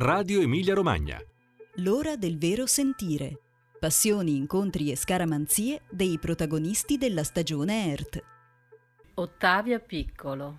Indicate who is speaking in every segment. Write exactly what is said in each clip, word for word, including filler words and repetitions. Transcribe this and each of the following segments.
Speaker 1: Radio Emilia Romagna.
Speaker 2: L'ora del vero sentire. Passioni, incontri e scaramanzie dei protagonisti della stagione E R T.
Speaker 3: Ottavia Piccolo.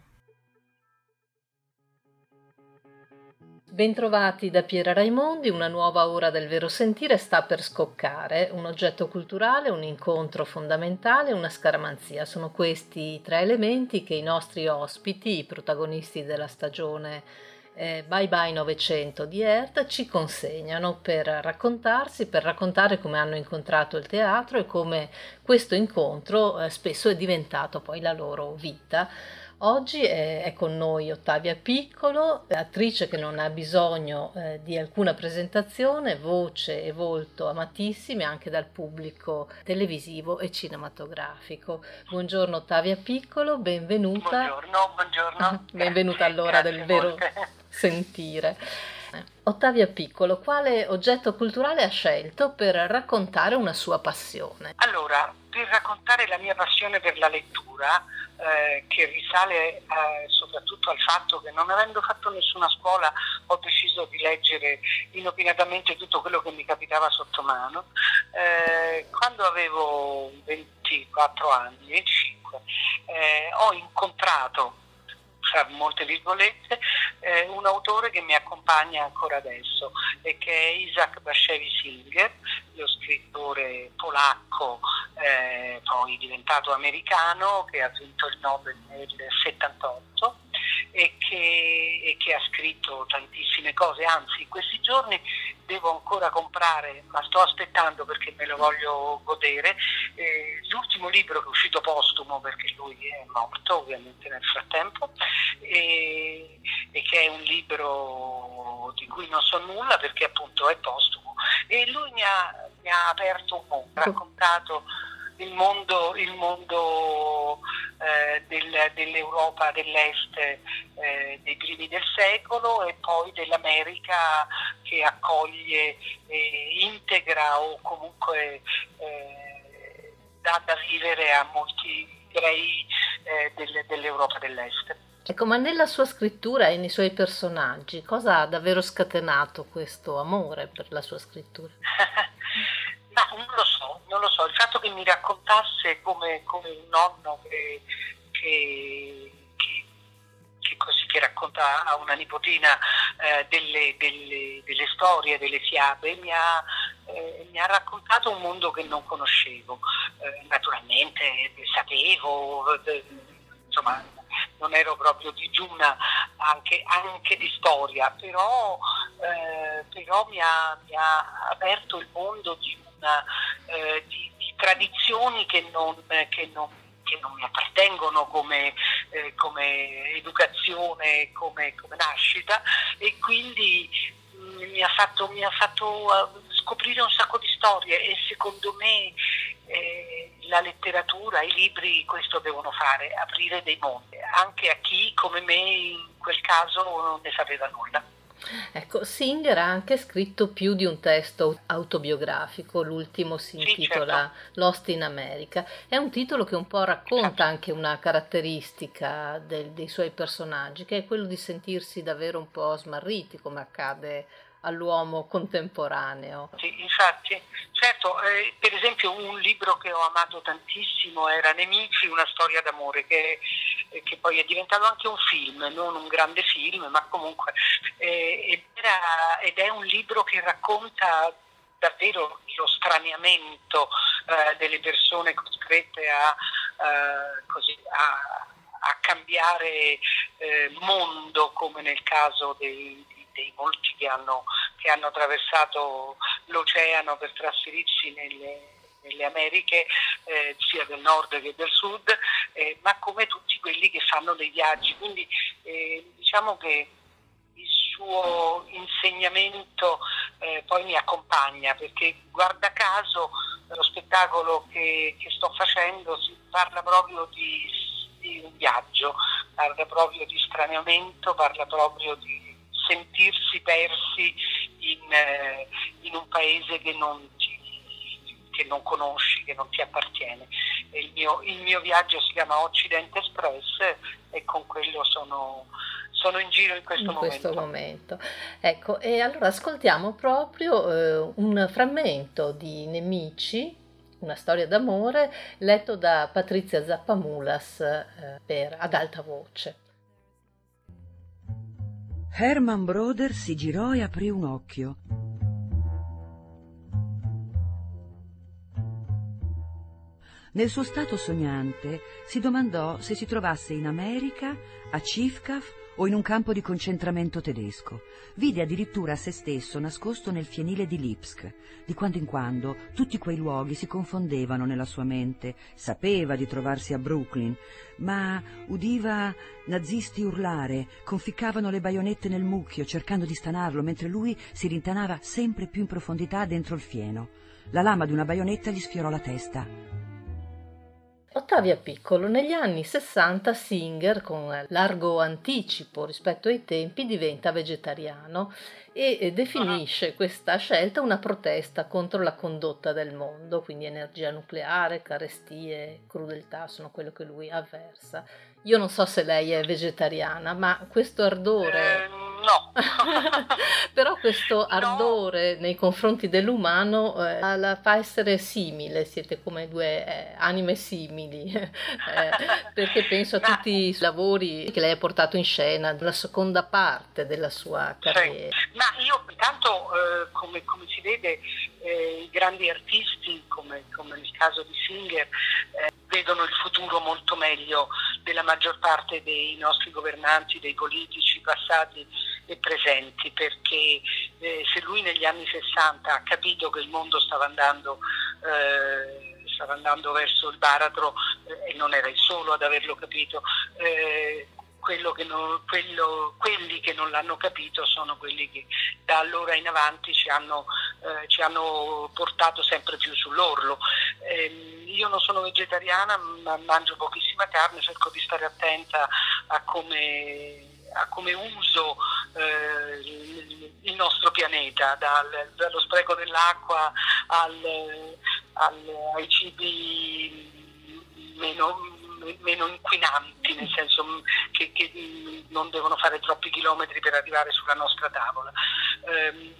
Speaker 3: Bentrovati da Piera Raimondi, una nuova ora del vero sentire sta per scoccare. Un oggetto culturale, un incontro fondamentale, una scaramanzia. Sono questi i tre elementi che i nostri ospiti, i protagonisti della stagione eh, Bye Bye Novecento di E R T, ci consegnano per raccontarsi, per raccontare come hanno incontrato il teatro e come questo incontro eh, spesso è diventato poi la loro vita. Oggi è, è con noi Ottavia Piccolo, attrice che non ha bisogno eh, di alcuna presentazione, voce e volto amatissimi anche dal pubblico televisivo e cinematografico. Buongiorno Ottavia Piccolo, benvenuta.
Speaker 4: Buongiorno, buongiorno.
Speaker 3: Benvenuta all'ora del vero
Speaker 4: molte.
Speaker 3: sentire. Ottavia Piccolo, quale oggetto culturale ha scelto per raccontare una sua passione?
Speaker 4: Allora, per raccontare la mia passione per la lettura, eh, che risale eh, soprattutto al fatto che non avendo fatto nessuna scuola ho deciso di leggere inopinatamente tutto quello che mi capitava sotto mano, eh, quando avevo ventiquattro anni, venticinque, eh, ho incontrato, tra molte virgolette, eh, un autore che mi accompagna ancora adesso e che è Isaac Bashevis Singer, lo scrittore polacco, eh, poi diventato americano, che ha vinto il Nobel nel settantotto e che, e che ha scritto tantissime cose, anzi in questi giorni devo ancora comprare, ma sto aspettando perché me lo voglio godere, eh, l'ultimo libro che è uscito postumo, perché lui è morto ovviamente nel frattempo, e, e che è un libro di cui non so nulla perché appunto è postumo, e lui mi ha, mi ha aperto un mondo, ha raccontato il mondo, il mondo eh, del, dell'Europa dell'Est eh, dei primi del secolo e poi dell'America che accoglie, eh, integra o comunque eh, dà da vivere a molti ebrei eh, del, dell'Europa dell'Est.
Speaker 3: Ecco, ma nella sua scrittura e nei suoi personaggi, cosa ha davvero scatenato questo amore per la sua scrittura?
Speaker 4: Ma non lo so, non lo so, il fatto che mi raccontasse come, come un nonno che, che, che, che così che racconta a una nipotina eh, delle, delle, delle storie, delle fiabe, mi ha, eh, mi ha raccontato un mondo che non conoscevo. Eh, naturalmente sapevo, eh, insomma, non ero proprio digiuna anche, anche di storia, però, eh, però mi, ha, mi ha aperto il mondo di una eh, di, di tradizioni che non, che non, che non mi appartengono come, eh, come educazione, come, come nascita, e quindi mh, mi ha fatto, mi ha fatto uh, scoprire un sacco di storie, e secondo me eh, la letteratura, i libri questo devono fare, aprire dei mondi, anche a chi come me in quel caso non ne sapeva nulla.
Speaker 3: Ecco, Singer ha anche scritto più di un testo autobiografico, l'ultimo si intitola
Speaker 4: Sì, certo.
Speaker 3: Lost in America. È un titolo che un po' racconta anche una caratteristica del, dei suoi personaggi, che è quello di sentirsi davvero un po' smarriti, come accade all'uomo contemporaneo.
Speaker 4: Sì, infatti, certo, eh, per esempio un libro che ho amato tantissimo era Nemici, una storia d'amore, che, eh, che poi è diventato anche un film, non un grande film, ma comunque, eh, ed, era, ed è un libro che racconta davvero lo straniamento eh, delle persone costrette a, eh, così, a, a cambiare eh, mondo, come nel caso dei dei molti che hanno, che hanno attraversato l'oceano per trasferirsi nelle, nelle Americhe, eh, sia del nord che del sud, eh, ma come tutti quelli che fanno dei viaggi. Quindi eh, diciamo che il suo insegnamento eh, poi mi accompagna, perché guarda caso lo spettacolo che, che sto facendo si parla proprio di, di un viaggio, parla proprio di straniamento, parla proprio di sentirsi persi in, eh, in un paese che non, ti, che non conosci, che non ti appartiene. E il, mio, il mio viaggio si chiama Occidente Express e con quello sono, sono in giro in questo
Speaker 3: in
Speaker 4: momento.
Speaker 3: questo momento. Ecco, e allora ascoltiamo proprio eh, un frammento di Nemici, una storia d'amore, letto da Patrizia Zappamulas eh, per ad alta voce.
Speaker 1: Herman Broder si girò e aprì un occhio. Nel suo stato sognante si domandò se si trovasse in America, a Cifkaf o in un campo di concentramento tedesco. Vide addirittura se stesso nascosto nel fienile di Lipsk. Di quando in quando tutti quei luoghi si confondevano nella sua mente. Sapeva di trovarsi a Brooklyn, ma udiva nazisti urlare, conficcavano le baionette nel mucchio cercando di stanarlo, mentre lui si rintanava sempre più in profondità dentro il fieno. La lama di una baionetta gli sfiorò la testa.
Speaker 3: Ottavia Piccolo, negli anni sessanta Singer, con largo anticipo rispetto ai tempi, diventa vegetariano e definisce questa scelta una protesta contro la condotta del mondo, quindi energia nucleare, carestie, crudeltà sono quello che lui avversa. Io non so se lei è vegetariana, ma questo ardore...
Speaker 4: Eh, no.
Speaker 3: Però questo
Speaker 4: No.
Speaker 3: ardore nei confronti dell'umano eh, la fa essere simile, siete come due eh, anime simili, eh, perché penso a
Speaker 4: Ma-
Speaker 3: tutti i lavori che lei ha portato in scena, la seconda parte della sua carriera.
Speaker 4: Sì. Ma io intanto, eh, come, come si vede, eh, i grandi artisti, come, come nel caso di Singer, eh, vedono il futuro molto meglio della maggior parte dei nostri governanti, dei politici passati e presenti, perché eh, se lui negli anni sessanta ha capito che il mondo stava andando eh, stava andando verso il baratro, eh, e non era il solo ad averlo capito, eh, quello che non, quello, quelli che non l'hanno capito sono quelli che da allora in avanti ci hanno, eh, ci hanno portato sempre più sull'orlo. Eh, io non sono vegetariana, ma mangio pochissima carne, cerco di stare attenta a come, a come uso eh, il, il nostro pianeta, dal, dallo spreco dell'acqua al, al, ai cibi meno meno inquinanti, nel senso che, che non devono fare troppi chilometri per arrivare sulla nostra tavola. Eh,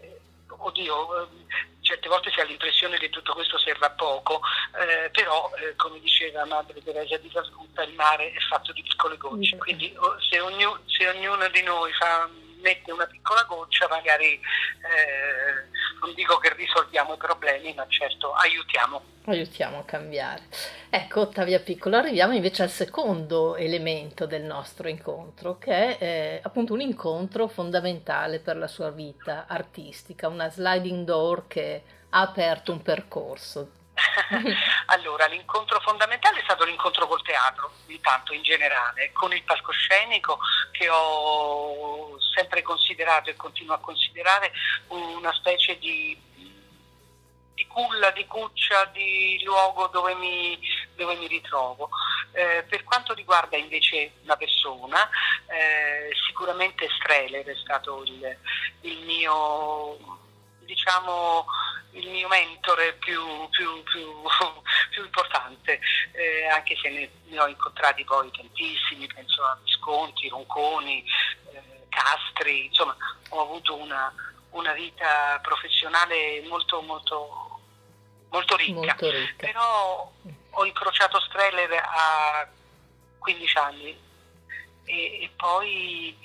Speaker 4: oddio, certe volte si ha l'impressione che tutto questo serva a poco, eh, però eh, come diceva Madre Teresa di Calcutta, il mare è fatto di piccole gocce, quindi se, ognu, se ognuno di noi fa, mette una piccola goccia, magari eh, non dico che risolviamo i problemi, ma certo aiutiamo.
Speaker 3: Aiutiamo a cambiare. Ecco, Ottavia Piccolo, arriviamo invece al secondo elemento del nostro incontro, che è eh, appunto un incontro fondamentale per la sua vita artistica, una sliding door che ha aperto un percorso.
Speaker 4: Allora, l'incontro fondamentale è stato l'incontro col teatro, intanto in generale, con il palcoscenico, che ho sempre considerato e continuo a considerare una specie di di culla, di cuccia, di luogo dove mi, dove mi ritrovo. Eh, per quanto riguarda invece la persona, eh, sicuramente Strehler è stato il, il mio, diciamo, il mio mentore più, più, più, più importante, eh, anche se ne, ne ho incontrati poi tantissimi, penso a Visconti, Ronconi, eh, Castri, insomma ho avuto una una vita professionale molto molto molto ricca,
Speaker 3: Molto ricca.
Speaker 4: Però ho incrociato Strehler a quindici anni e, e poi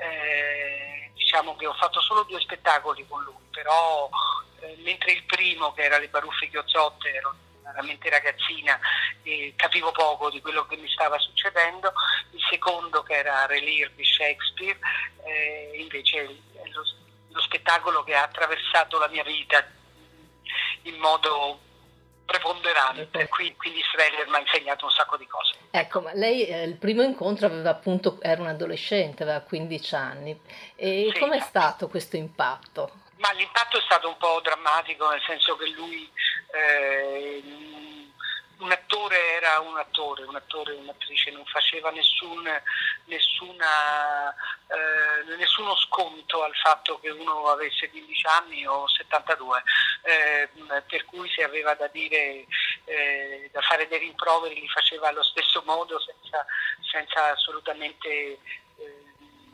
Speaker 4: eh, diciamo che ho fatto solo due spettacoli con lui, però eh, mentre il primo, che era Le baruffe chiozzotte, ero veramente ragazzina e capivo poco di quello che mi stava succedendo, il secondo, che era Re Lear di Shakespeare, eh, invece è lo lo spettacolo che ha attraversato la mia vita in modo preponderante, quindi Strehler mi ha insegnato un sacco di cose.
Speaker 3: Ecco, ma lei eh, il primo incontro aveva appunto, era un adolescente, aveva quindici anni, e
Speaker 4: Sì.
Speaker 3: com'è stato questo impatto?
Speaker 4: Ma l'impatto è stato un po' drammatico, nel senso che lui, eh, un attore era un attore, un attore, un'attrice, non faceva nessun, nessuna, eh, nessuno sconto al fatto che uno avesse quindici anni o settantadue, eh, per cui se aveva da dire, eh, da fare dei rimproveri li faceva allo stesso modo, senza, senza assolutamente eh,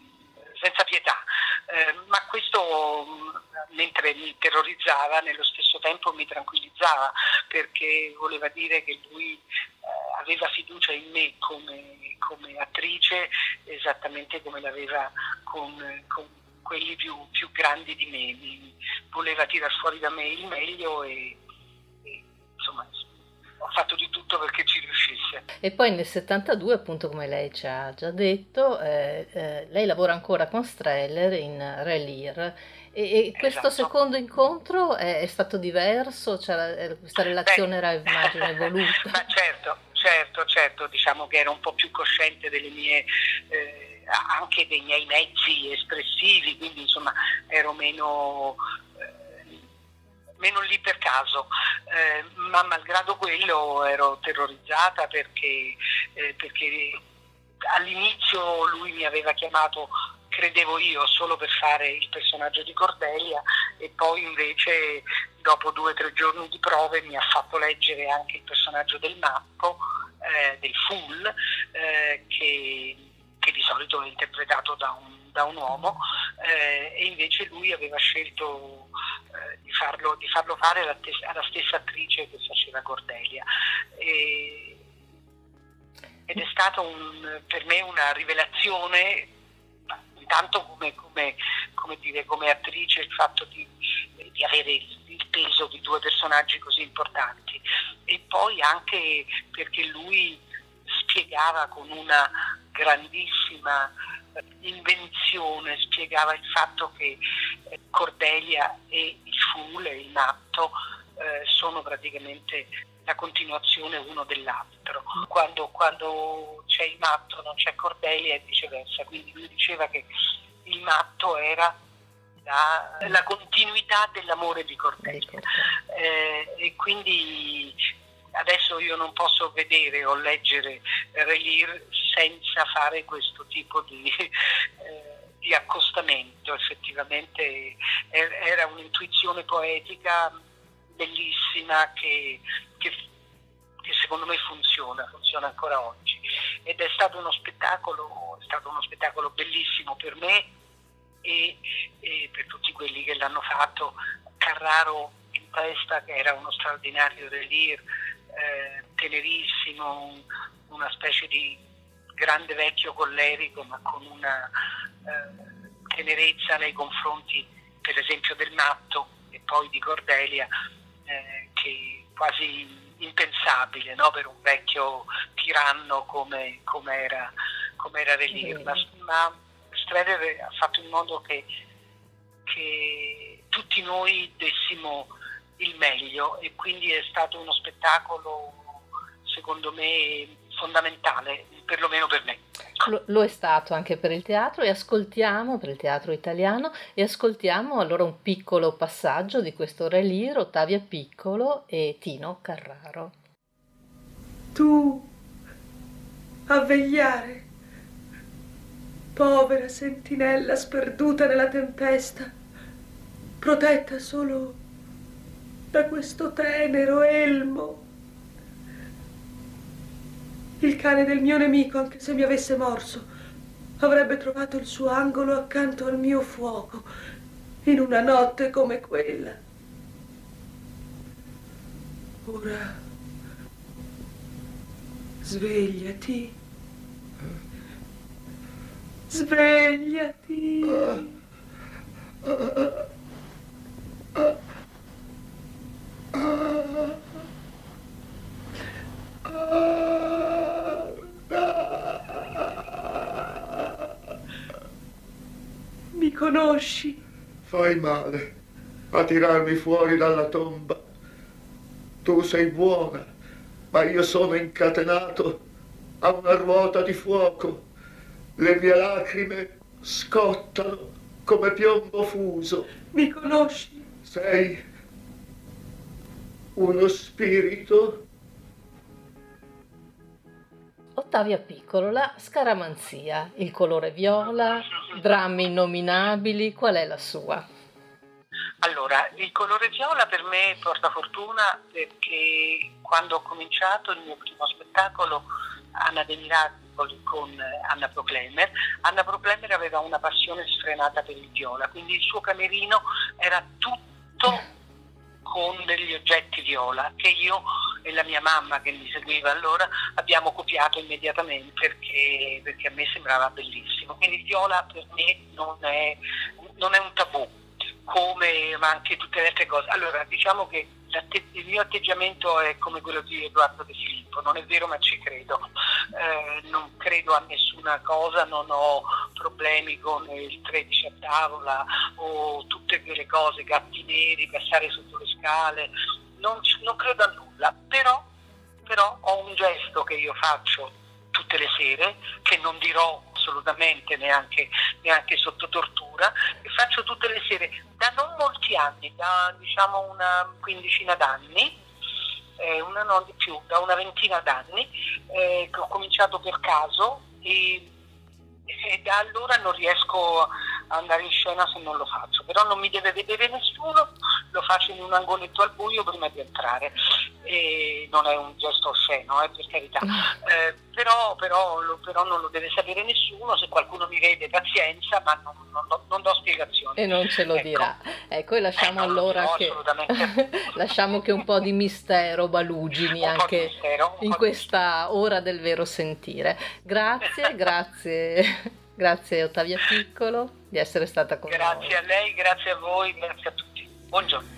Speaker 4: senza pietà, eh, ma questo, mentre mi terrorizzava, nello stesso tempo mi tranquillizzava, perché voleva dire che lui eh, aveva fiducia in me come, come attrice, esattamente come l'aveva con, con quelli più, più grandi di me. Mi voleva tirar fuori da me il meglio e, e insomma ho fatto di tutto perché ci riuscisse.
Speaker 3: E poi nel settantadue, appunto, come lei ci ha già detto, eh, eh, lei lavora ancora con Streller in Re Lear, e, e questo
Speaker 4: Esatto.
Speaker 3: secondo incontro è, è stato diverso? Cioè, questa relazione
Speaker 4: Beh,
Speaker 3: era, immagino, evoluta?
Speaker 4: Ma certo, certo, certo, diciamo che ero un po' più cosciente delle mie, eh, anche dei miei mezzi espressivi, quindi insomma ero meno... meno lì per caso, eh, ma malgrado quello ero terrorizzata perché, eh, perché all'inizio lui mi aveva chiamato, credevo io, solo per fare il personaggio di Cordelia, e poi invece dopo due o tre giorni di prove mi ha fatto leggere anche il personaggio del Matto, eh, del Fool, eh, che, che di solito è interpretato da un da un uomo, eh, e invece lui aveva scelto eh, di, farlo, di farlo fare alla, tes- alla stessa attrice che faceva Cordelia. E, ed è stata un, per me una rivelazione, intanto come, come, come, dire, come attrice, il fatto di, di avere il, il peso di due personaggi così importanti, e poi anche perché lui spiegava con una grandissima invenzione, spiegava il fatto che Cordelia e il Fool, il Matto, eh, sono praticamente la continuazione uno dell'altro. Quando, quando c'è il Matto non c'è Cordelia e viceversa, quindi lui diceva che il Matto era la, la continuità dell'amore di Cordelia, eh, e quindi adesso io non posso vedere o leggere Re Lear senza fare questo tipo di, eh, di accostamento. Effettivamente era un'intuizione poetica bellissima che, che, che secondo me funziona, funziona ancora oggi. Ed è stato uno spettacolo, è stato uno spettacolo bellissimo per me e, e per tutti quelli che l'hanno fatto. Carraro in testa, che era uno straordinario Re Lear, eh, tenerissimo, un, una specie di grande vecchio collerico, ma con una eh, tenerezza nei confronti per esempio del Matto e poi di Cordelia, eh, che quasi impensabile, no? Per un vecchio tiranno come, come era, come era Re Lear. Ma, ma Streller ha fatto in modo che, che tutti noi dessimo il meglio, e quindi è stato uno spettacolo secondo me fondamentale, perlomeno per me.
Speaker 3: Lo, lo è stato anche per il teatro, e ascoltiamo, per il teatro italiano, e ascoltiamo allora un piccolo passaggio di questo Re Lear, Ottavia Piccolo e Tino Carraro.
Speaker 5: Tu a vegliare, povera sentinella sperduta nella tempesta, protetta solo da questo tenero elmo. Il cane del mio nemico, anche se mi avesse morso, avrebbe trovato il suo angolo accanto al mio fuoco, in una notte come quella. Ora, svegliati. Svegliati. Mi conosci?
Speaker 6: Fai male a tirarmi fuori dalla tomba. Tu sei buona, ma io sono incatenato a una ruota di fuoco. Le mie lacrime scottano come piombo fuso.
Speaker 5: Mi conosci?
Speaker 6: Sei uno spirito?
Speaker 3: Ottavia Piccolo, la scaramanzia, il colore viola, drammi innominabili, qual è la sua?
Speaker 4: Allora, il colore viola per me porta fortuna, perché quando ho cominciato il mio primo spettacolo, Anna De Miraglia con Anna Proclemer. Anna Proclemer aveva una passione sfrenata per il viola, quindi il suo camerino era tutto con degli oggetti viola che io e la mia mamma, che mi seguiva allora, abbiamo copiato immediatamente perché, perché a me sembrava bellissimo. Quindi il viola per me non è, non è un tabù, come ma anche tutte le altre cose. Allora, diciamo che il mio atteggiamento è come quello di Edoardo De Filippo, non è vero ma ci credo, eh, non credo a nessuna cosa, non ho problemi con il tredici a tavola o tutte quelle cose, gatti neri, passare sotto le scale, non, non credo a nulla, però, però ho un gesto che io faccio tutte le sere, che non dirò assolutamente neanche, neanche sotto tortura, che faccio tutte le sere da non molti anni, da diciamo una quindicina d'anni, eh, una non di più, da una ventina d'anni, eh, che ho cominciato per caso e, e da allora non riesco a andare in scena se non lo faccio, però non mi deve vedere nessuno, lo faccio in un angoletto al buio prima di entrare, e non è un gesto osceno, eh, per carità, eh, però, però, lo, però non lo deve sapere nessuno, se qualcuno mi vede pazienza, ma non, non, do, non do spiegazioni.
Speaker 3: E non ce lo
Speaker 4: ecco.
Speaker 3: dirà. Ecco, e lasciamo
Speaker 4: ecco,
Speaker 3: allora
Speaker 4: no,
Speaker 3: che
Speaker 4: assolutamente.
Speaker 3: lasciamo che un po' di mistero balugini
Speaker 4: Un po'
Speaker 3: anche
Speaker 4: di mistero, un
Speaker 3: in
Speaker 4: po' di
Speaker 3: questa ora del vero sentire. Grazie, grazie, grazie Ottavia Piccolo di essere stata con
Speaker 4: Grazie
Speaker 3: noi.
Speaker 4: a lei, grazie a voi, grazie a tutti. Buongiorno.